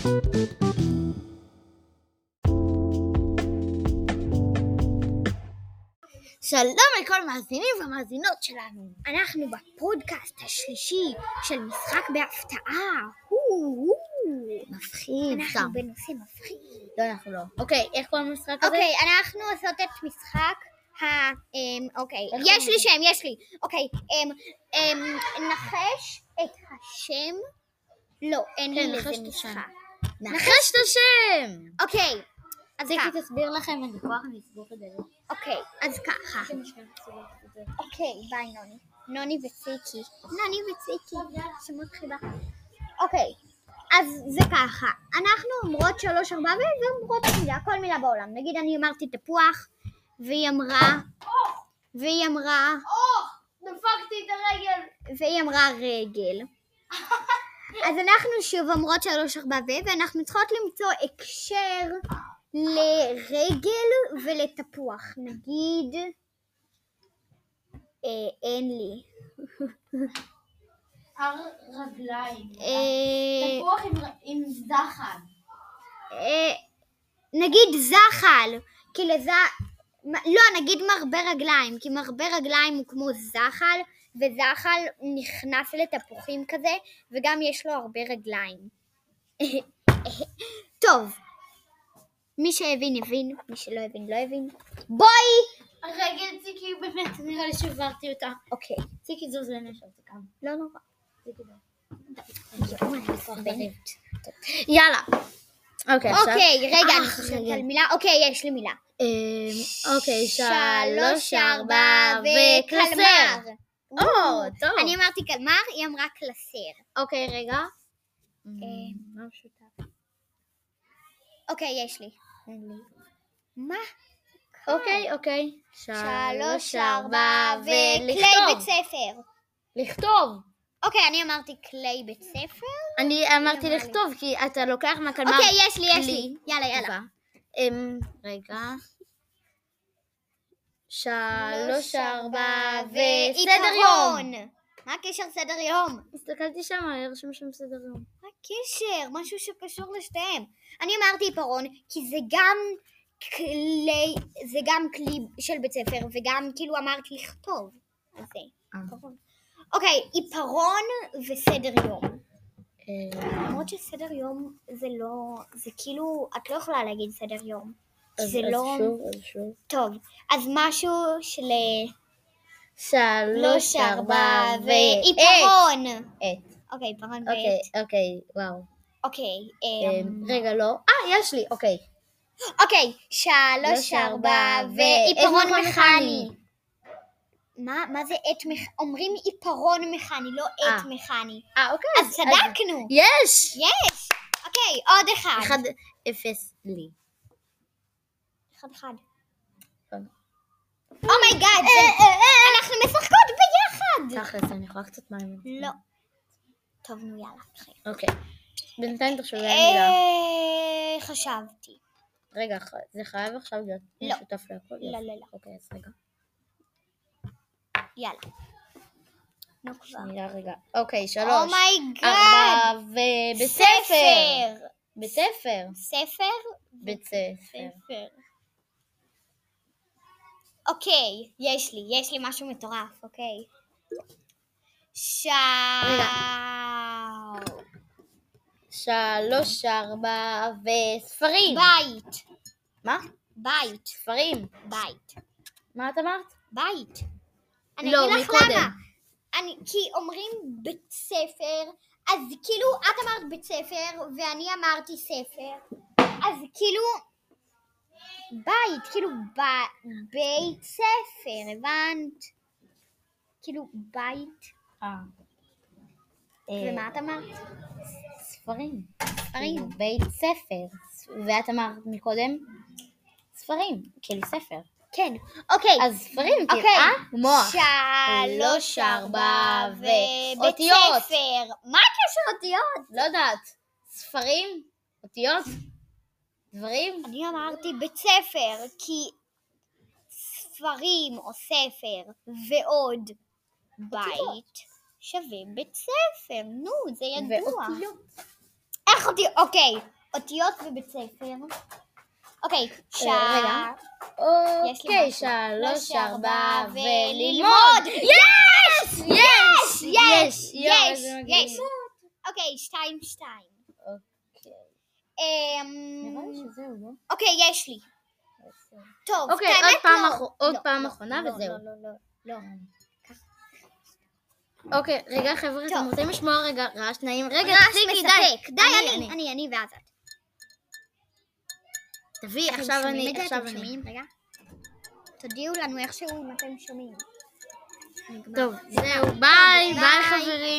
שלום לכל מאזינים ומאזינות שלנו. אנחנו בפודקאסט השלישי של משחק בהפתעה. מפחיד. אנחנו בנושא מפחיד. לא, אנחנו לא. אוקיי, איך קוראים למשחק הזה? אוקיי, אנחנו עושות את משחק אוקיי, יש לי. אוקיי, נחש את השם. לא, אין לי לזה משחק. נחש את השם! אוקיי, אז ציקי תסביר לכם את הכוח, אני אסביר את זה. אוקיי, אז ככה. אוקיי, ביי נוני וציקי. שמות חיבה. אוקיי, אז זה ככה. אנחנו אומרות 3, 4 ואומרות מילה, כל מילה בעולם. נגיד אני אמרתי תפוח, והיא אמרה... דפקתי את הרגל! והיא אמרה רגל. אז אנחנו שוב אומרות 3, 4 ואנחנו צריכות למצוא הקשר לרגל ולתפוח. נגיד, אין לי. רגליים. תפוח עם זחל. נגיד זחל. לא, נגיד מרבה רגליים. כי מרבה רגליים הוא כמו זחל, וזחל נכנס לתפוחים כזה, וגם יש לו הרבה רגליים. טוב. מי שהבין הבין, מי שלא הבין לא הבין. בואי! הרגל ציקי, באמת, נראה לי שברתי אותה. אוקיי. ציקי זוז לנשב, זה כמה. לא נורא. יאללה. אוקיי, עכשיו. אוקיי, רגע, אני חושבת על מילה. אוקיי, יש לי מילה. אוקיי, 3, 4 וקלמר. טוב. אני אמרתי קלמר, היא אמרה קלסר. אוקיי, רגע. מה משותף? אוקיי, יש לי. מה? אוקיי. 3, 4 וכלי בית ספר. לכתוב. אוקיי, אני אמרתי כלי בית ספר. אני אמרתי לכתוב, כי אתה לוקח מהקלמר. אוקיי, יש לי. יאללה. רגע. 3, 4 וסדר יום. מה הקשר סדר יום? הסתכלתי שם, רשום שם סדר יום. מה הקשר? משהו שקשור לשתיהם. אני אמרתי עיפרון, כי זה גם כלי של בית ספר, וגם כאילו אמרת לכתוב. אז זה עיפרון. אוקיי, עיפרון וסדר יום. למרות שסדר יום זה לא, זה כאילו, את לא יכולה להגיד סדר יום. זה לא... שוב. טוב, אז משהו של... 3, 4 ועיפרון. עט. אוקיי, עיפרון ועט. אוקיי, וואו. אוקיי. רגע, לא. יש לי, אוקיי. אוקיי, 3, 4 ועיפרון מכני. מה זה עט מכני? אומרים עיפרון מכני, לא עט מכני. אוקיי. אז צדקנו. יש. אוקיי, עוד אחד. 1-0 לי. 1. אומייגאד, אנחנו משחקות ביחד. תכלס, אני יכולה קצת מים. לא. טוב, נו יאללה. אוקיי. בינתיים תחשבי על מילה. חשבתי. רגע, זה חייב עכשיו להיות משותף להכל? לא. אוקיי, אז רגע. יאללה. נו כבר. שנייה, רגע. אוקיי, 3, 4 ובית ספר. בית ספר. בית ספר. אוקיי, יש לי משהו מטורף, אוקיי. 3, 4 וספרים. בית. מה? בית. ספרים. בית. מה את אמרת? בית. לא, אני אגיד לך מקודם. למה. כי אומרים בית ספר, אז כאילו את אמרת בית ספר ואני אמרתי ספר, אז כאילו בית, כאילו בית ספר, הבנת? כאילו בית. ומה את אמרת? ספרים. בית ספר. ואת אמרת מקודם? ספרים, כאילו ספר. כן, אוקיי. אז ספרים, כאילו, מוח. 3, 4 ובית ספר. מה הקשר אותיות? לא יודעת. ספרים? אותיות? דברים? אני אמרתי בית ספר, כי ספרים או ספר ועוד בית שווה בית ספר. נו, זה ידוע. ואותיות. איך אותיות? אוקיי. אותיות ובית ספר. אוקיי, רגע. אוקיי, 3, 4 וללמוד. יש! יש! יש! יש! יש! אוקיי, 2, 2. נראה לי שזהו, לא? אוקיי, יש לי. טוב, אוקיי, עוד פעם אחרונה וזהו. לא. אוקיי, רגע חבר'ה, אתם רוצים לשמוע רגע רעש נעים? רגע, רעש תפסיקי, מספק. די, אני. אני ואז את. תביא, אתם עכשיו שומעים את אני, זה? אתם שומעים? רגע. תודיעו לנו איכשהו אם אתם שומעים. טוב, זהו, ביי חברים.